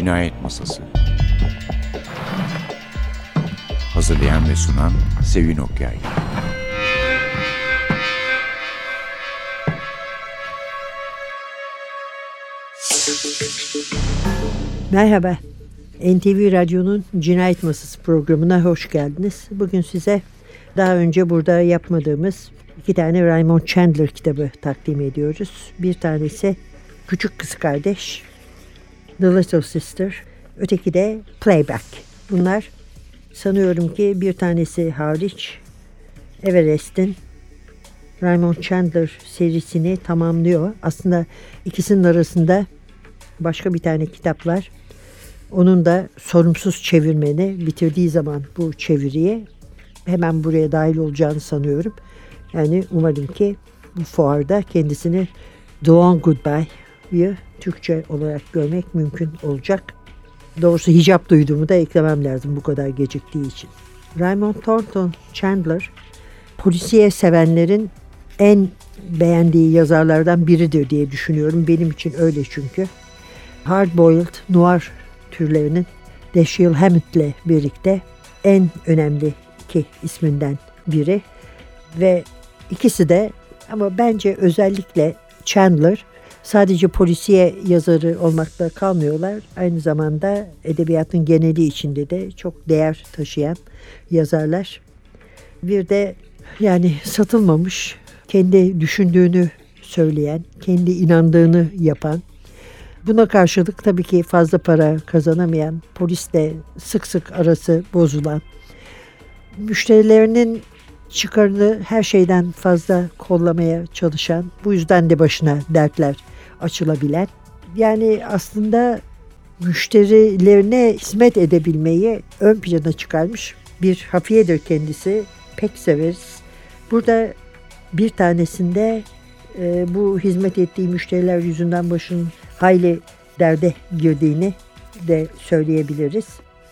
Cinayet Masası. Hazırlayan ve sunan Sevin Okyay. Merhaba, NTV Radyo'nun Cinayet Masası programına hoş geldiniz. Bugün size daha önce burada yapmadığımız 2 tane Raymond Chandler kitabı takdim ediyoruz. Bir tanesi Küçük Kız Kardeş, The Little Sister, öteki de Playback. Bunlar sanıyorum ki bir tanesi hariç Everest'in Raymond Chandler serisini tamamlıyor. Aslında ikisinin arasında başka bir tane kitap var. Onun da sorumsuz çevirmeni bitirdiği zaman bu çeviriyi hemen buraya dahil olacağını sanıyorum. Yani umarım ki bu fuarda kendisini The Long Goodbye'yı Türkçe olarak görmek mümkün olacak. Doğrusu hicap duyduğumu da eklemem lazım bu kadar geciktiği için. Raymond Thornton Chandler, polisiye sevenlerin en beğendiği yazarlardan biridir diye düşünüyorum. Benim için öyle çünkü. Hard-boiled noir türlerinin Dashiell Hammett'le birlikte en önemli 2 isminden biri ve ikisi de, ama bence özellikle Chandler sadece polisiye yazarı olmakla kalmıyorlar. Aynı zamanda edebiyatın geneli içinde de çok değer taşıyan yazarlar. Bir de yani satılmamış, kendi düşündüğünü söyleyen, kendi inandığını yapan, buna karşılık tabii ki fazla para kazanamayan, polisle sık sık arası bozulan, müşterilerinin çıkarını her şeyden fazla kollamaya çalışan, bu yüzden de başına dertler açılabilen, yani aslında müşterilerine hizmet edebilmeyi ön plana çıkarmış bir hafiyedir kendisi. Pek severiz. Burada bir tanesinde bu hizmet ettiği müşteriler yüzünden başının hayli derde girdiğini de söyleyebiliriz.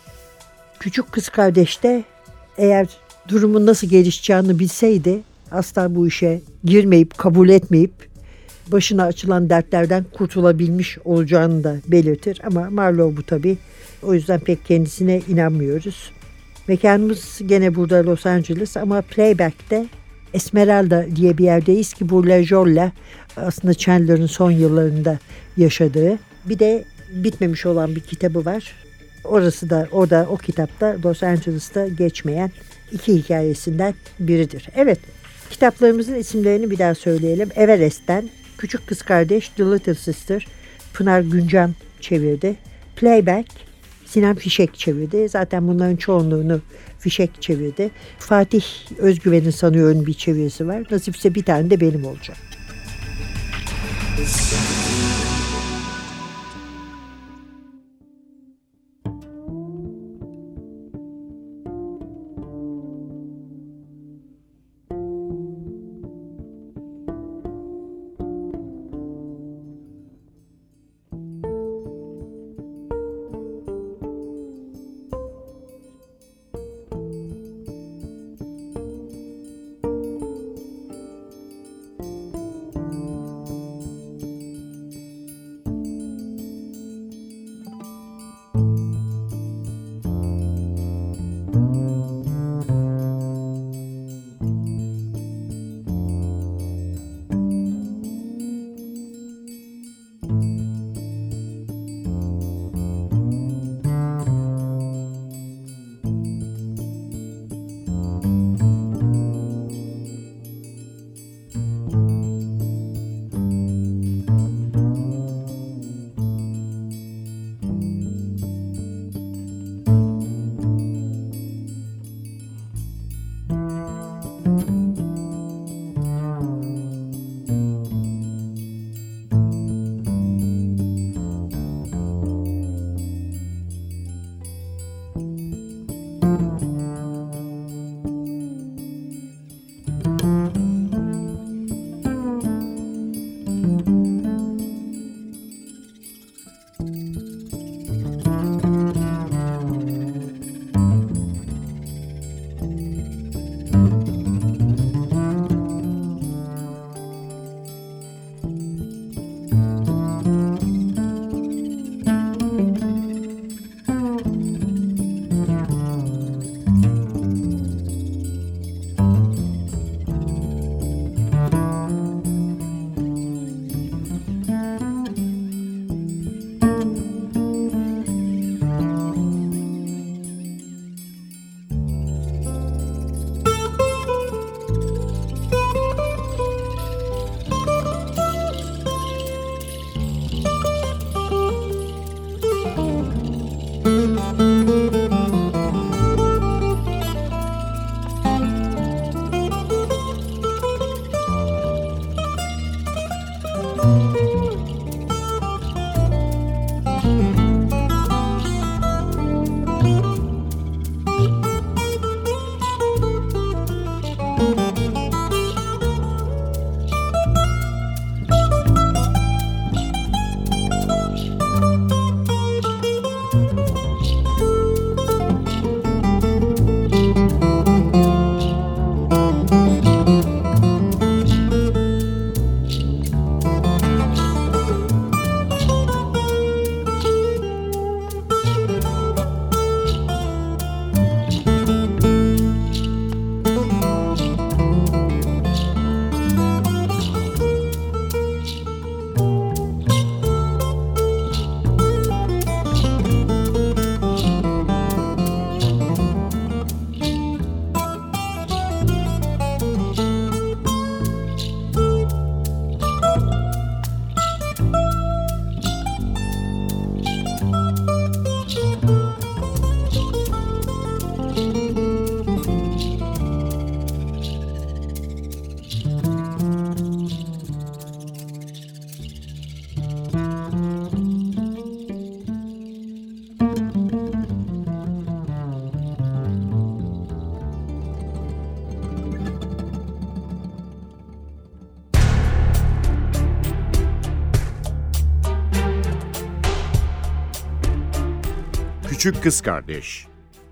Küçük Kız Kardeş'te eğer durumun nasıl gelişeceğini bilseydi asla bu işe girmeyip kabul etmeyip başına açılan dertlerden kurtulabilmiş olacağını da belirtir. Ama Marlowe bu tabii. O yüzden pek kendisine inanmıyoruz. Mekanımız gene burada Los Angeles ama Playback'te Esmeralda diye bir yerdeyiz ki bu La Jolla aslında Chandler'ın son yıllarında yaşadığı. Bir de bitmemiş olan bir kitabı var. Orası da o kitapta Los Angeles'ta geçmeyen 2 hikayesinden biridir. Evet, kitaplarımızın isimlerini bir daha söyleyelim. Everest'ten Küçük Kız Kardeş, The Little Sister, Pınar Güncan çevirdi. Playback, Sinan Fişek çevirdi. Zaten bunların çoğunluğunu Fişek çevirdi. Fatih Özgüven'in sanıyorum bir çevirisi var. Nasipse bir tane de benim olacak. Küçük kız kardeş.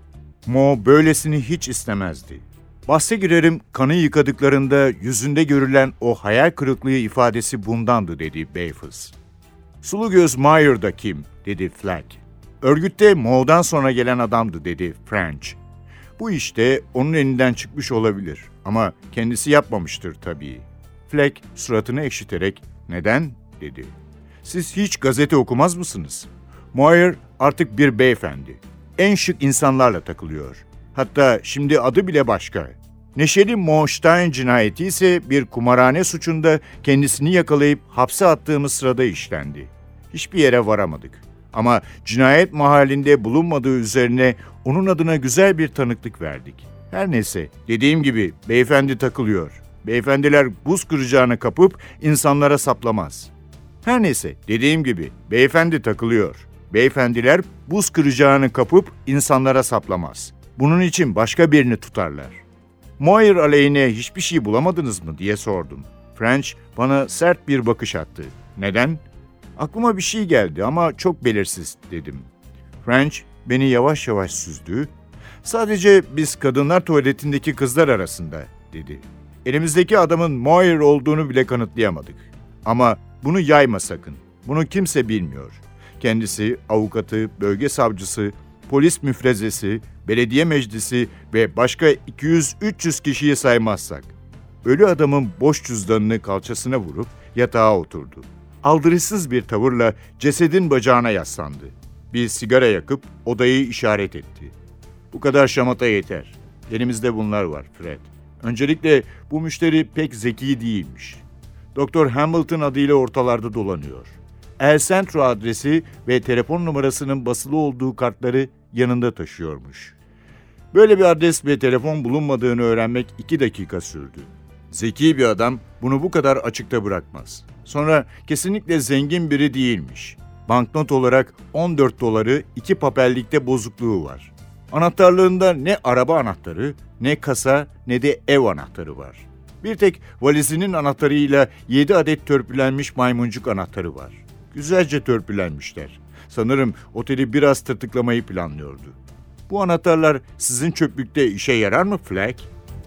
Mo böylesini hiç istemezdi. Bahse girerim, kanı yıkadıklarında yüzünde görülen o hayal kırıklığı ifadesi bundandı dedi Bayfus. Sulu göz Meyer da kim dedi Flack. Örgütte Mo'dan sonra gelen adamdı dedi French. Bu işte onun elinden çıkmış olabilir ama kendisi yapmamıştır tabii. Flack suratını ekşiterek neden dedi. Siz hiç gazete okumaz mısınız? Meyer artık bir beyefendi. En şık insanlarla takılıyor. Hatta şimdi adı bile başka. Neşeli Mo Stein cinayeti ise bir kumarhane suçunda kendisini yakalayıp hapse attığımız sırada işlendi. Hiçbir yere varamadık. Ama cinayet mahallinde bulunmadığı üzerine onun adına güzel bir tanıklık verdik. Her neyse, dediğim gibi beyefendi takılıyor. Beyefendiler buz kıracağını kapıp insanlara saplamaz. Her neyse, dediğim gibi beyefendi takılıyor. Beyefendiler buz kıracağını kapıp insanlara saplamaz. Bunun için başka birini tutarlar. Moyer aleyhine hiçbir şey bulamadınız mı diye sordum. French bana sert bir bakış attı. Neden? Aklıma bir şey geldi ama çok belirsiz dedim. French beni yavaş yavaş süzdü. Sadece biz kadınlar tuvaletindeki kızlar arasında dedi. Elimizdeki adamın Moyer olduğunu bile kanıtlayamadık. Ama bunu yayma sakın. Bunu kimse bilmiyor. Kendisi, avukatı, bölge savcısı, polis müfrezesi, belediye meclisi ve başka 200-300 kişiyi saymazsak. Ölü adamın boş cüzdanını kalçasına vurup yatağa oturdu. Aldırışsız bir tavırla cesedin bacağına yaslandı. Bir sigara yakıp odayı işaret etti. Bu kadar şamata yeter. Elimizde bunlar var Fred. Öncelikle bu müşteri pek zeki değilmiş. Doktor Hamilton adıyla ortalarda dolanıyor. El Centro adresi ve telefon numarasının basılı olduğu kartları yanında taşıyormuş. Böyle bir adres ve telefon bulunmadığını öğrenmek 2 dakika sürdü. Zeki bir adam bunu bu kadar açıkta bırakmaz. Sonra kesinlikle zengin biri değilmiş. Banknot olarak 14 doları 2 papellikte bozukluğu var. Anahtarlığında ne araba anahtarı, ne kasa, ne de ev anahtarı var. Bir tek valizinin anahtarıyla 7 adet törpülenmiş maymuncuk anahtarı var. Güzelce törpülenmişler. Sanırım oteli biraz tırtıklamayı planlıyordu. Bu anahtarlar sizin çöplükte işe yarar mı Flack?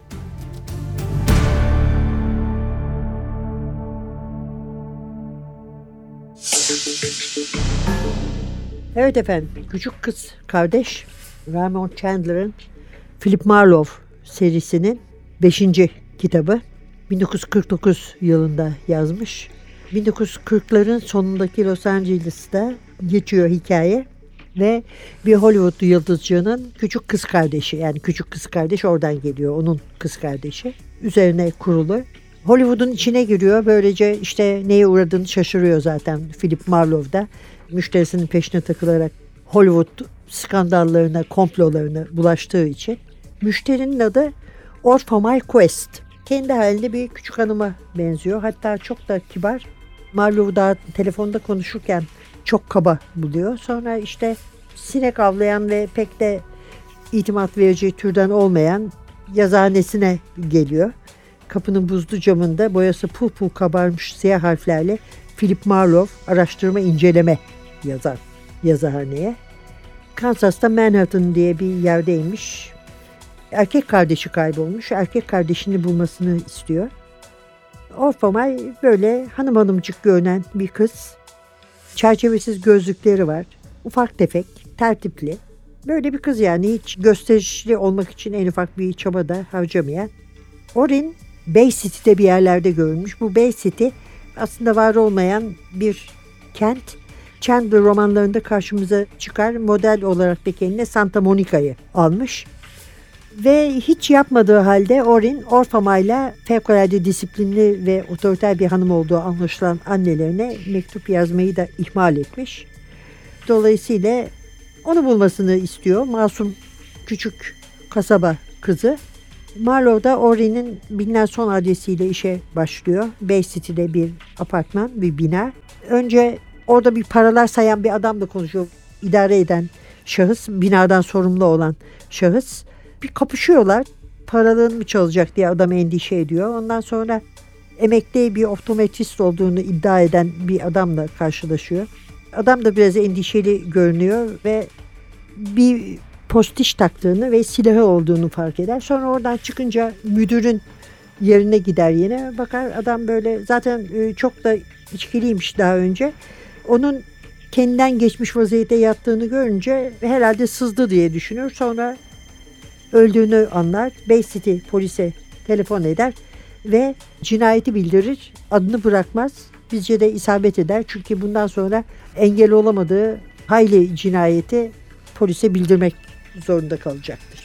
Evet efendim, Küçük Kız Kardeş, Raymond Chandler'ın Philip Marlowe serisinin 5. kitabı. 1949 yılında yazmış. 1940'ların sonundaki Los Angeles'ta geçiyor hikaye ve bir Hollywood yıldızcının küçük kız kardeşi, yani küçük kız kardeş oradan geliyor, onun kız kardeşi üzerine kurulu. Hollywood'un içine giriyor, böylece işte neye uğradığını şaşırıyor zaten Philip Marlowe'da. Müşterisinin peşine takılarak Hollywood skandallarına, komplolarına bulaştığı için. Müşterinin adı Orpha My Quest. Kendi halinde bir küçük hanıma benziyor. Hatta çok da kibar. Marlowe daha telefonda konuşurken çok kaba buluyor. Sonra işte sinek avlayan ve pek de itimat verici türden olmayan yazıhanesine geliyor. Kapının buzlu camında boyası pul pul kabarmış siyah harflerle Philip Marlowe araştırma inceleme yazar yazıhaneye. Kansas'ta Manhattan diye bir yerdeymiş. Erkek kardeşi kaybolmuş. Erkek kardeşini bulmasını istiyor. Orphamay böyle hanım hanımcık görünen bir kız. Çerçevesiz gözlükleri var. Ufak tefek, tertipli. Böyle bir kız yani, hiç gösterişli olmak için en ufak bir çaba da harcamayan. Orin Bay City'de bir yerlerde görülmüş. Bu Bay City aslında var olmayan bir kent. Chandler romanlarında karşımıza çıkar. Model olarak da kendine Santa Monica'yı almış. Ve hiç yapmadığı halde Orin, Orphamay'la fevkalade disiplinli ve otoriter bir hanım olduğu anlaşılan annelerine mektup yazmayı da ihmal etmiş. Dolayısıyla onu bulmasını istiyor. Masum küçük kasaba kızı. Marlowe da Orin'in bilinen son adresiyle işe başlıyor. Bay City'de bir apartman, bir bina. Önce orada bir paralar sayan bir adamla konuşuyor. İdare eden şahıs, binadan sorumlu olan şahıs. Bir kapışıyorlar. Paralığını mı çalacak diye adam endişe ediyor. Ondan sonra emekli bir optometrist olduğunu iddia eden bir adamla karşılaşıyor. Adam da biraz endişeli görünüyor ve bir postiş taktığını ve silahı olduğunu fark eder. Sonra oradan çıkınca müdürün yerine gider yine. Bakar adam böyle zaten çok da içkiliymiş daha önce. Onun kendinden geçmiş vaziyette yattığını görünce herhalde sızdı diye düşünür. Sonra öldüğünü anlar. Bay City polise telefon eder ve cinayeti bildirir. Adını bırakmaz. Bizce de isabet eder. Çünkü bundan sonra engel olamadığı hayli cinayeti polise bildirmek zorunda kalacaktır.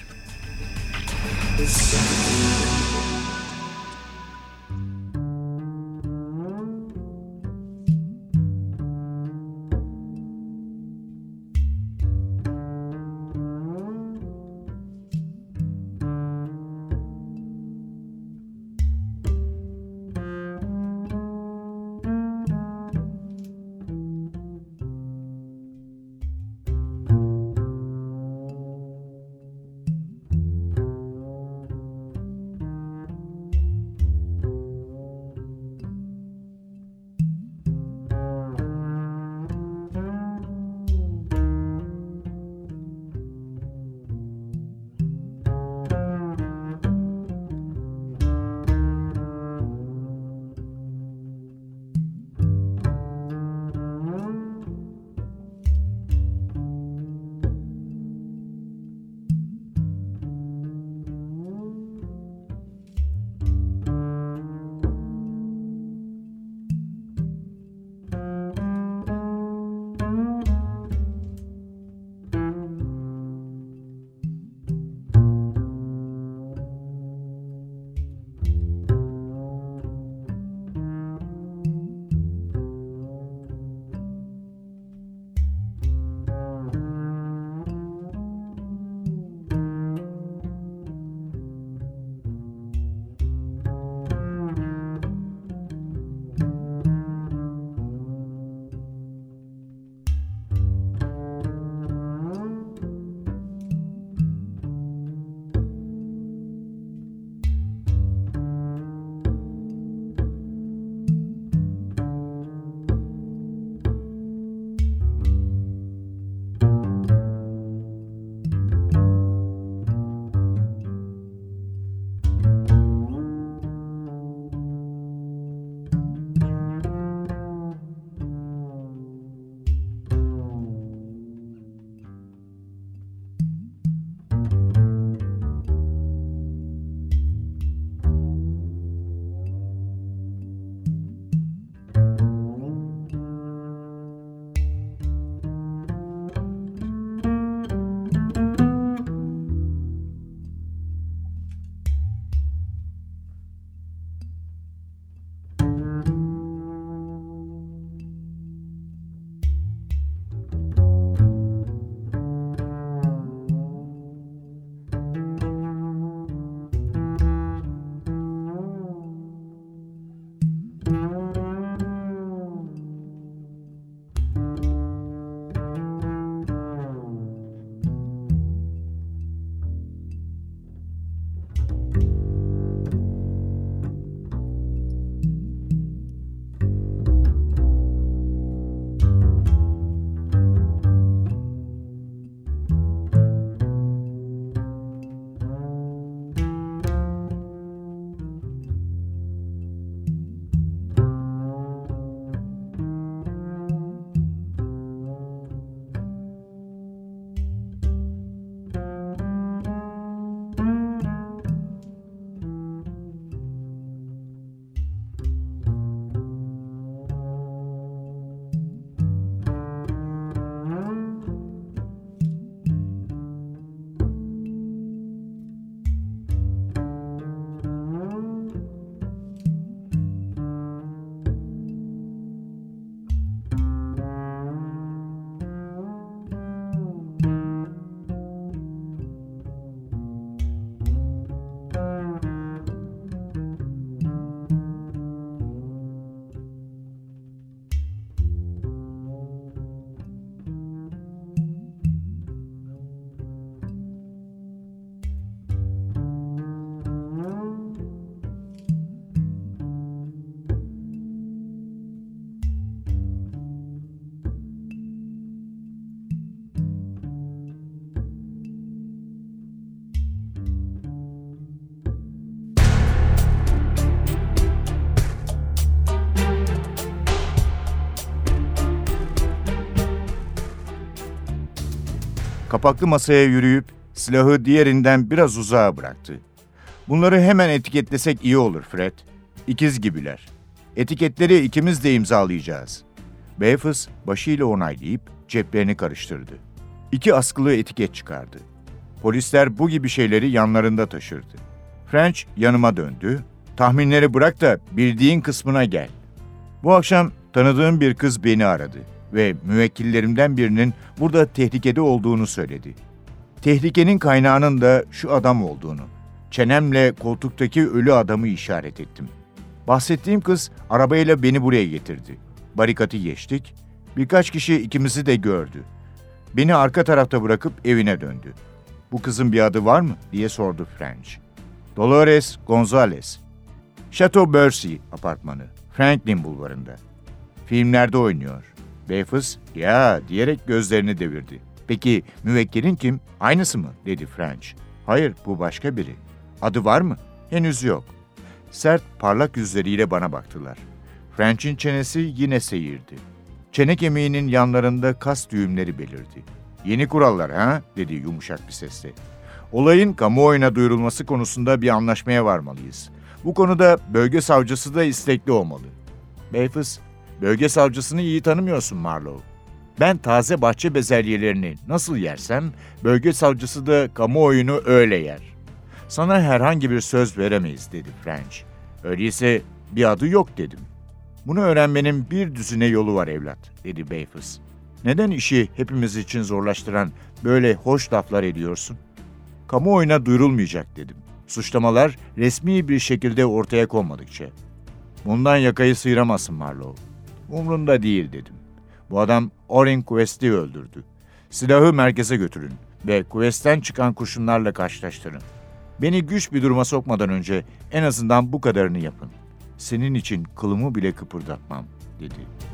Kapaklı masaya yürüyüp silahı diğerinden biraz uzağa bıraktı. Bunları hemen etiketlesek iyi olur Fred. İkiz gibiler. Etiketleri ikimiz de imzalayacağız. Beefus başıyla onaylayıp ceplerini karıştırdı. 2 askılı etiket çıkardı. Polisler bu gibi şeyleri yanlarında taşırdı. French yanıma döndü. Tahminleri bırak da bildiğin kısmına gel. Bu akşam tanıdığım bir kız beni aradı ve müvekkillerimden birinin burada tehlikede olduğunu söyledi. Tehlikenin kaynağının da şu adam olduğunu. Çenemle koltuktaki ölü adamı işaret ettim. Bahsettiğim kız arabayla beni buraya getirdi. Barikatı geçtik. Birkaç kişi ikimizi de gördü. Beni arka tarafta bırakıp evine döndü. Bu kızın bir adı var mı diye sordu French. Dolores Gonzalez. Chateau Bercy apartmanı. Franklin bulvarında. Filmlerde oynuyor. Beefus ya diyerek gözlerini devirdi. Peki müvekkilin kim? Aynısı mı? Dedi French. Hayır, bu başka biri. Adı var mı? Henüz yok. Sert, parlak yüzleriyle bana baktılar. French'in çenesi yine seyirdi. Çene kemiğinin yanlarında kas düğümleri belirdi. Yeni kurallar ha? Dedi yumuşak bir sesle. Olayın kamuoyuna duyurulması konusunda bir anlaşmaya varmalıyız. Bu konuda bölge savcısı da istekli olmalı. Beefus, bölge savcısını iyi tanımıyorsun Marlowe. Ben taze bahçe bezelyelerini nasıl yersem, bölge savcısı da kamuoyunu öyle yer. Sana herhangi bir söz veremeyiz dedi French. Öyleyse bir adı yok dedim. Bunu öğrenmenin bir düzine yolu var evlat dedi Beefus. Neden işi hepimiz için zorlaştıran böyle hoş laflar ediyorsun? Kamuoyuna duyurulmayacak dedim. Suçlamalar resmi bir şekilde ortaya konmadıkça. Bundan yakayı sıyıramazsın Marlowe. Umrumda değil dedim. Bu adam Orrin Quest'i öldürdü. Silahı merkeze götürün ve Quest'ten çıkan kurşunlarla karşılaştırın. Beni güç bir duruma sokmadan önce en azından bu kadarını yapın. Senin için kılımı bile kıpırdatmam dedi.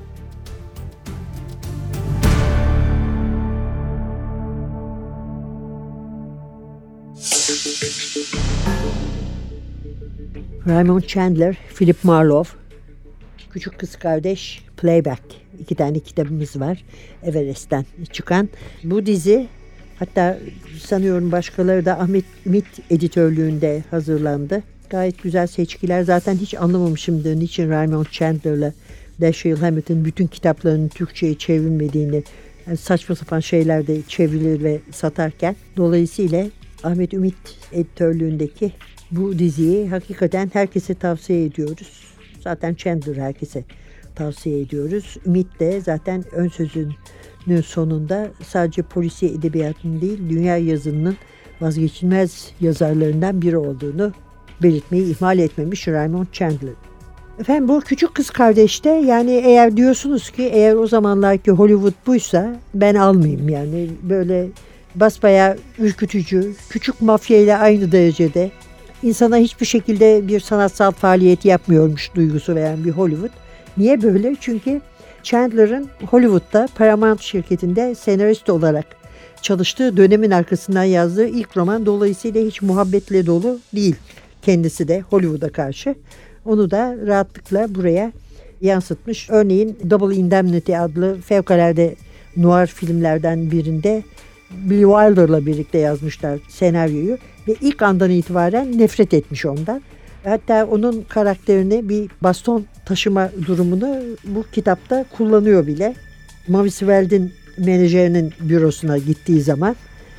Raymond Chandler, Philip Marlowe, Küçük Kız Kardeş, Playback. 2 tane kitabımız var Everest'ten çıkan. Bu dizi, hatta sanıyorum başkaları da Ahmet Ümit editörlüğünde hazırlandı. Gayet güzel seçkiler. Zaten hiç anlamamışımdır niçin Raymond Chandler'la Dashiell Hammett bütün kitaplarının Türkçe'ye çevrilmediğini, yani saçma sapan şeyler de çevrilir ve satarken. Dolayısıyla Ahmet Ümit editörlüğündeki bu diziyi hakikaten herkese tavsiye ediyoruz. Zaten Chandler herkese tavsiye ediyoruz. Ümit de zaten ön sözünün sonunda sadece polisiye edebiyatının değil, dünya yazınının vazgeçilmez yazarlarından biri olduğunu belirtmeyi ihmal etmemiş Raymond Chandler. Efendim bu Küçük Kız Kardeş'te, yani eğer diyorsunuz ki eğer o zamanlarki Hollywood buysa ben almayayım, yani böyle basbayağı ürkütücü, küçük mafya ile aynı derecede insana hiçbir şekilde bir sanatsal faaliyet yapmıyormuş duygusu veren bir Hollywood. Niye böyle? Çünkü Chandler'ın Hollywood'da Paramount şirketinde senarist olarak çalıştığı dönemin arkasından yazdığı ilk roman, dolayısıyla hiç muhabbetle dolu değil kendisi de Hollywood'a karşı. Onu da rahatlıkla buraya yansıtmış. Örneğin Double Indemnity adlı fevkalade noir filmlerden birinde Billy Wilder'la birlikte yazmışlar senaryoyu ve ilk andan itibaren nefret etmiş ondan. Hatta onun karakterini, bir baston taşıma durumunu bu kitapta kullanıyor bile. Mavis Weld'in menajerinin bürosuna gittiği zaman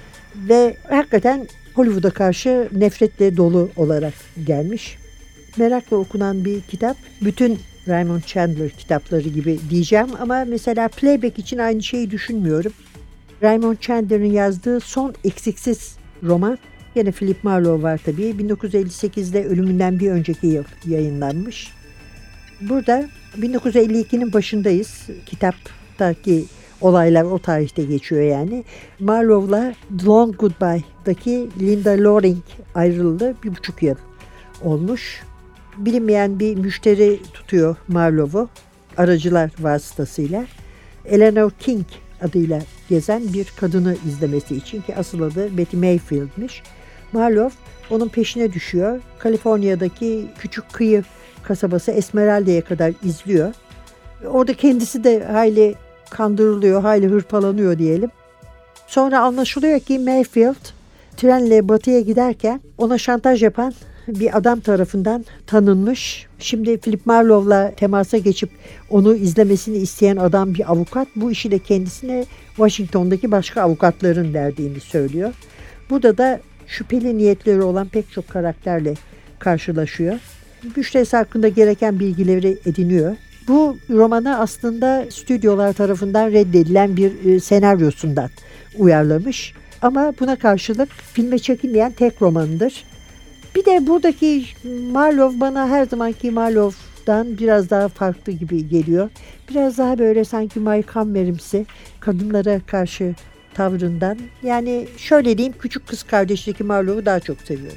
ve hakikaten Hollywood'a karşı nefretle dolu olarak gelmiş. Merakla okunan bir kitap. Bütün Raymond Chandler kitapları gibi diyeceğim ama mesela Playback için aynı şeyi düşünmüyorum. Raymond Chandler'ın yazdığı son eksiksiz roman, yine Philip Marlowe var tabii, 1958'de ölümünden bir önceki yıl yayınlanmış. Burada 1952'nin başındayız. Kitaptaki olaylar o tarihte geçiyor yani. Marlowe'la The Long Goodbye'daki Linda Loring ayrıldı. 1,5 yıl olmuş. Bilinmeyen bir müşteri tutuyor Marlowe'u aracılar vasıtasıyla. Eleanor King adıyla gezen bir kadını izlemesi için, ki asıl adı Betty Mayfield'miş. Marlowe onun peşine düşüyor. Kaliforniya'daki küçük kıyı kasabası Esmeralda'ya kadar izliyor. Orada kendisi de hayli kandırılıyor, hayli hırpalanıyor diyelim. Sonra anlaşılıyor ki Mayfield trenle batıya giderken ona şantaj yapan bir adam tarafından tanınmış. Şimdi Philip Marlowe'la temasa geçip onu izlemesini isteyen adam bir avukat. Bu işi de kendisine Washington'daki başka avukatların verdiğini söylüyor. Burada da şüpheli niyetleri olan pek çok karakterle karşılaşıyor. Müşterisi hakkında gereken bilgileri ediniyor. Bu romanı aslında stüdyolar tarafından reddedilen bir senaryosundan uyarlamış. Ama buna karşılık filme çekilmeyen tek romanıdır. Bir de buradaki Marlowe bana her zamanki Marlowe'dan biraz daha farklı gibi geliyor. Biraz daha böyle sanki Mike Hammer'imsi kadınlara karşı tavrından. Yani şöyle diyeyim, küçük kız kardeşteki Marlowe'u daha çok seviyorum.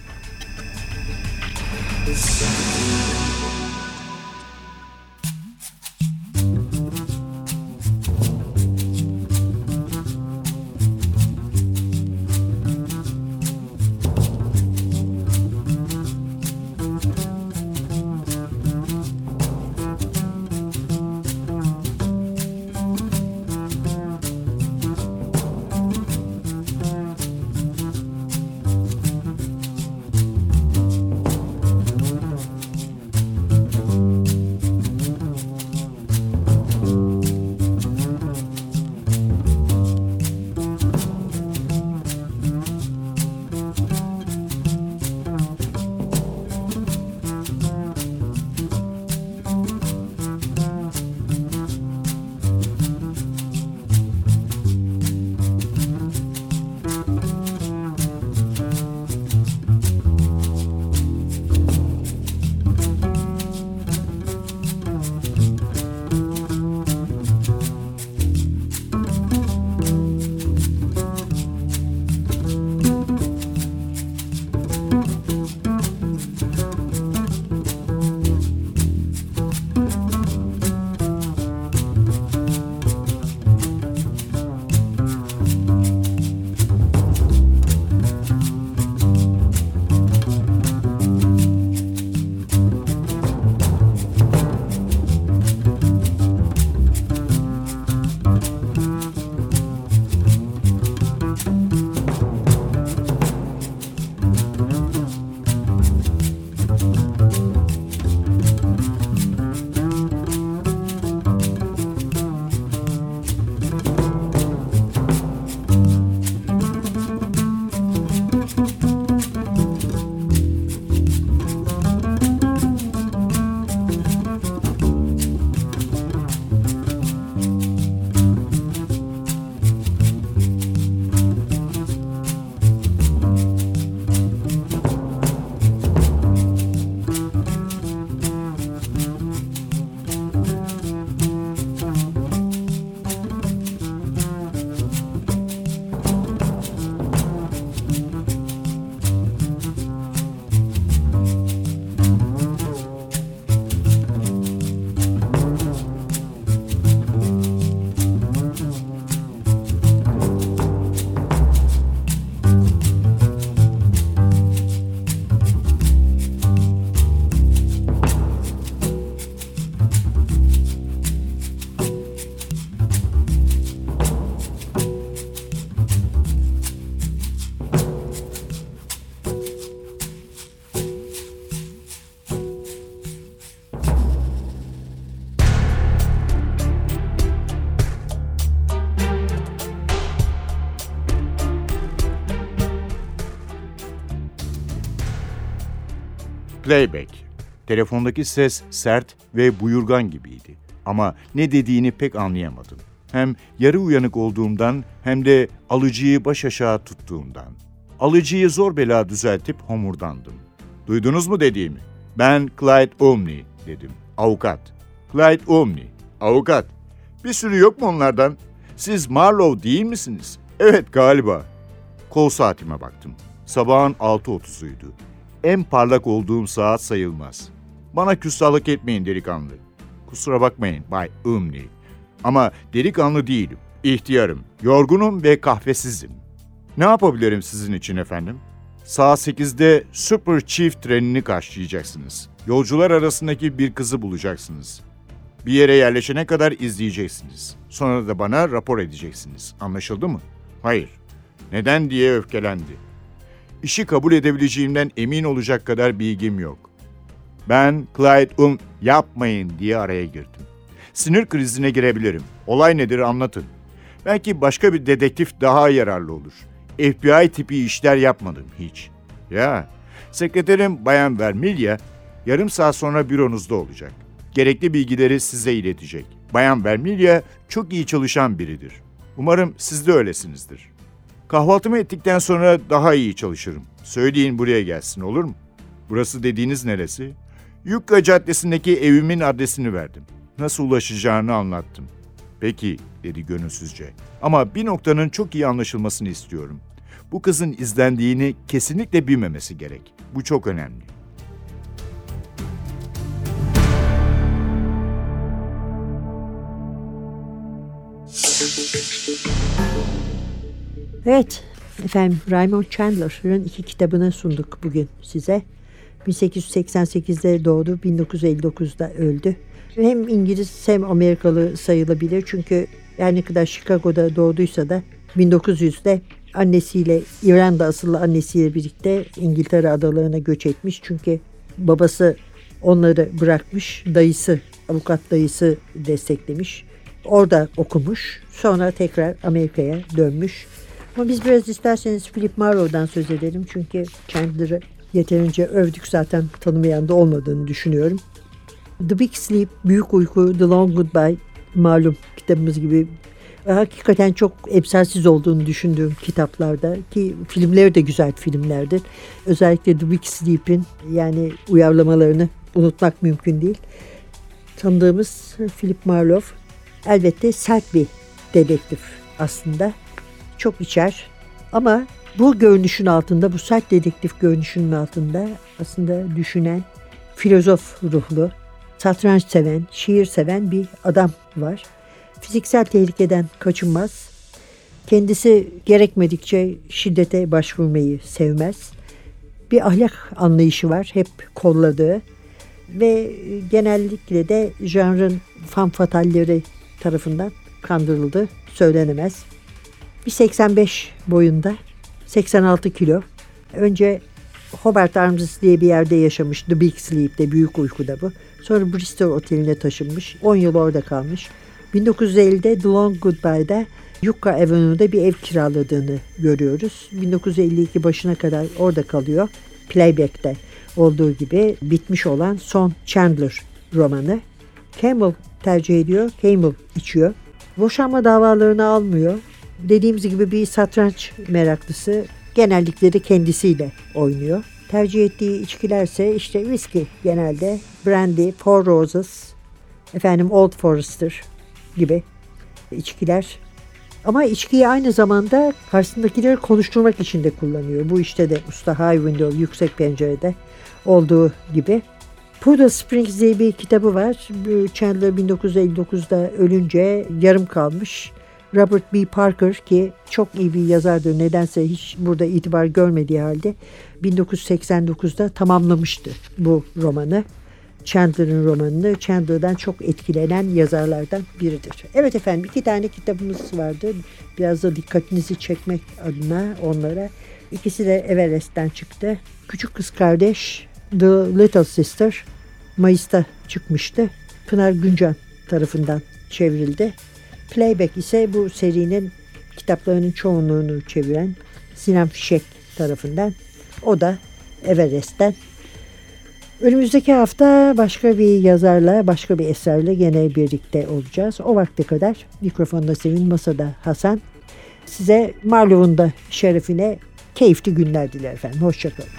Playback. Telefondaki ses sert ve buyurgan gibiydi. Ama ne dediğini pek anlayamadım. Hem yarı uyanık olduğumdan hem de alıcıyı baş aşağı tuttuğumdan. Alıcıyı zor bela düzeltip homurdandım. Duydunuz mu dediğimi? Ben Clyde Omni dedim. Avukat. Clyde Omni. Avukat. Bir sürü yok mu onlardan? Siz Marlowe değil misiniz? Evet galiba. Kol saatime baktım. Sabahın 6:30'uydu. En parlak olduğum saat sayılmaz. Bana küstahlık etmeyin delikanlı. Kusura bakmayın Bay Omni. Ama delikanlı değilim. İhtiyarım, yorgunum ve kahvesizim. Ne yapabilirim sizin için efendim? Saat 8'de Super Chief trenini karşılayacaksınız. Yolcular arasındaki bir kızı bulacaksınız. Bir yere yerleşene kadar izleyeceksiniz. Sonra da bana rapor edeceksiniz. Anlaşıldı mı? Hayır. Neden diye öfkelendi. İşi kabul edebileceğimden emin olacak kadar bilgim yok. Ben Clyde yapmayın diye araya girdim. Sinir krizine girebilirim. Olay nedir anlatın. Belki başka bir dedektif daha yararlı olur. FBI tipi işler yapmadım hiç. Ya, sekreterim Bayan Vermilya yarım saat sonra büronuzda olacak. Gerekli bilgileri size iletecek. Bayan Vermilya çok iyi çalışan biridir. Umarım siz de öylesinizdir. Kahvaltımı ettikten sonra daha iyi çalışırım. Söyleyin buraya gelsin, olur mu? Burası dediğiniz neresi? Yucca Caddesi'ndeki evimin adresini verdim. Nasıl ulaşacağını anlattım. Peki, dedi gönülsüzce. Ama bir noktanın çok iyi anlaşılmasını istiyorum. Bu kızın izlendiğini kesinlikle bilmemesi gerek. Bu çok önemli. Evet efendim, Raymond Chandler'ın 2 kitabını sunduk bugün size. 1888'de doğdu, 1959'da öldü. Hem İngiliz hem Amerikalı sayılabilir çünkü her ne kadar Chicago'da doğduysa da 1900'de annesiyle, İrlanda asıllı annesiyle birlikte İngiltere adalarına göç etmiş. Çünkü babası onları bırakmış, dayısı, avukat dayısı desteklemiş. Orada okumuş, sonra tekrar Amerika'ya dönmüş. Ama biz biraz isterseniz Philip Marlowe'dan söz edelim. Çünkü Chandler'ı yeterince övdük, zaten tanımayan da olmadığını düşünüyorum. The Big Sleep, Büyük Uyku, The Long Goodbye, malum kitabımız gibi hakikaten çok emsalsiz olduğunu düşündüğüm kitaplarda, ki filmleri de güzel filmlerdir. Özellikle The Big Sleep'in yani uyarlamalarını unutmak mümkün değil. Tanıdığımız Philip Marlowe elbette sert bir dedektif aslında. Çok içer ama bu görünüşün altında, bu sert dedektif görünüşünün altında aslında düşünen, filozof ruhlu, satranç seven, şiir seven bir adam var. Fiziksel tehlikeden kaçınmaz. Kendisi gerekmedikçe şiddete başvurmayı sevmez. Bir ahlak anlayışı var, hep kolladığı ve genellikle de janrın femme fatalleri tarafından kandırıldığı söylenemez. 1.85 boyunda, 86 kilo. Önce Hobart Arms diye bir yerde yaşamış. The Big Sleep'te, Büyük Uyku'da bu. Sonra Bristol Oteli'ne taşınmış. 10 yıl orada kalmış. 1950'de The Long Goodbye'da Yucca Avenue'da bir ev kiraladığını görüyoruz. 1952 başına kadar orada kalıyor. Playback'te olduğu gibi bitmiş olan son Chandler romanı. Campbell tercih ediyor. Campbell içiyor. Boşanma davalarını almıyor. Dediğimiz gibi bir satranç meraklısı, genellikle de kendisiyle oynuyor. Tercih ettiği içkilerse işte viski genelde, brandy, Four Roses, Old Forester gibi içkiler. Ama içkiyi aynı zamanda karşısındakileri konuşturmak için de kullanıyor. Bu işte de usta, High Window, Yüksek Pencerede olduğu gibi. Poodle Springs diye bir kitabı var. Chandler 1959'da ölünce yarım kalmış. Robert B. Parker, ki çok iyi bir yazardır, nedense hiç burada itibar görmediği halde 1989'da tamamlamıştı bu romanı. Chandler'ın romanını. Chandler'dan çok etkilenen yazarlardan biridir. Evet efendim, 2 tane kitabımız vardı. Biraz da dikkatinizi çekmek adına onlara. İkisi de Everest'ten çıktı. Küçük Kız Kardeş, The Little Sister, Mayıs'ta çıkmıştı. Pınar Güncan tarafından çevrildi. Playback ise bu serinin kitaplarının çoğunluğunu çeviren Sinan Fişek tarafından. O da Everest'ten. Önümüzdeki hafta başka bir yazarla, başka bir eserle gene birlikte olacağız. O vakte kadar mikrofonda Sevin, masada Hasan. Size Marlowe'un da şerefine keyifli günler diler efendim. Hoşçakalın.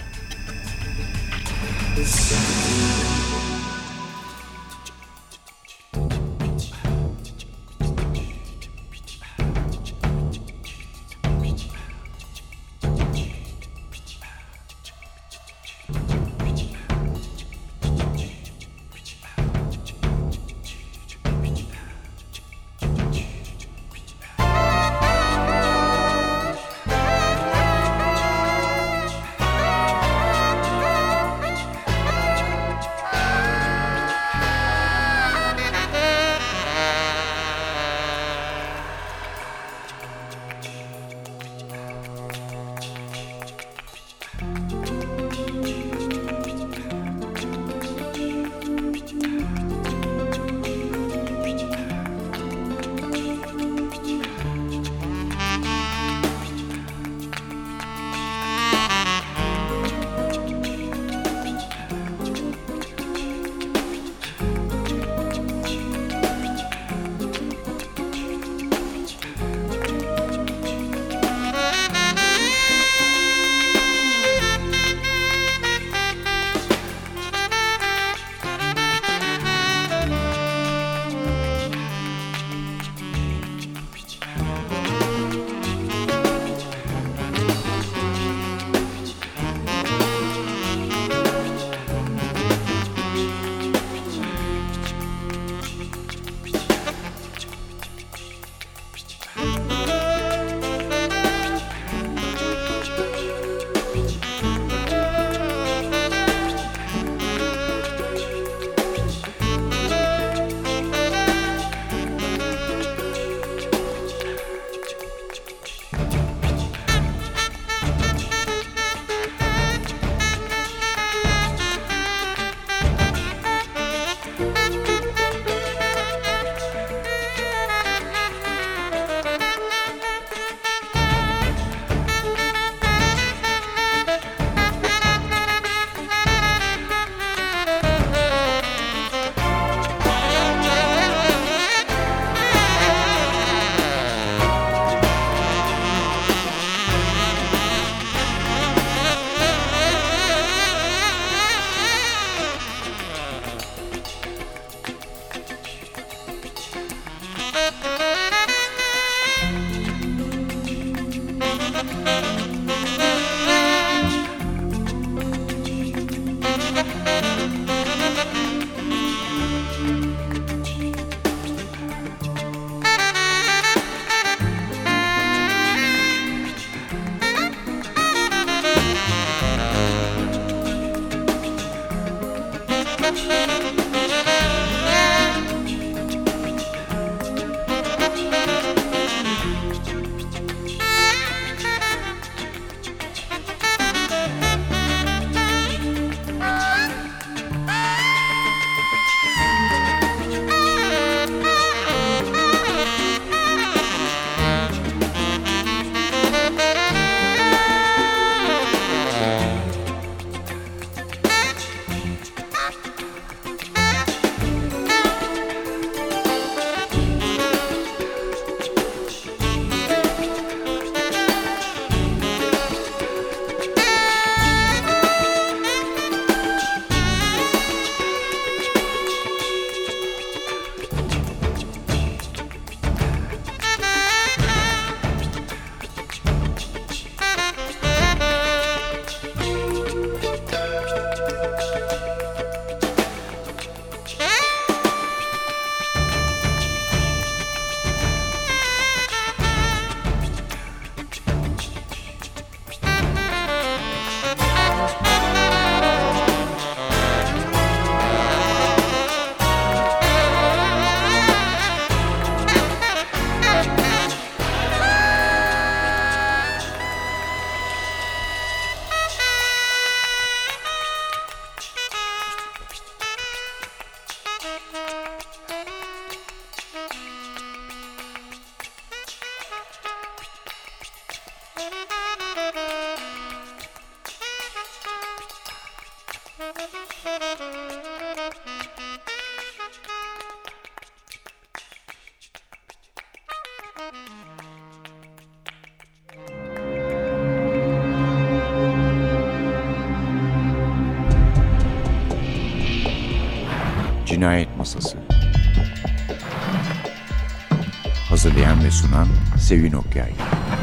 Cinayet Masası. Hazırlayan ve sunan Sevin Okyay.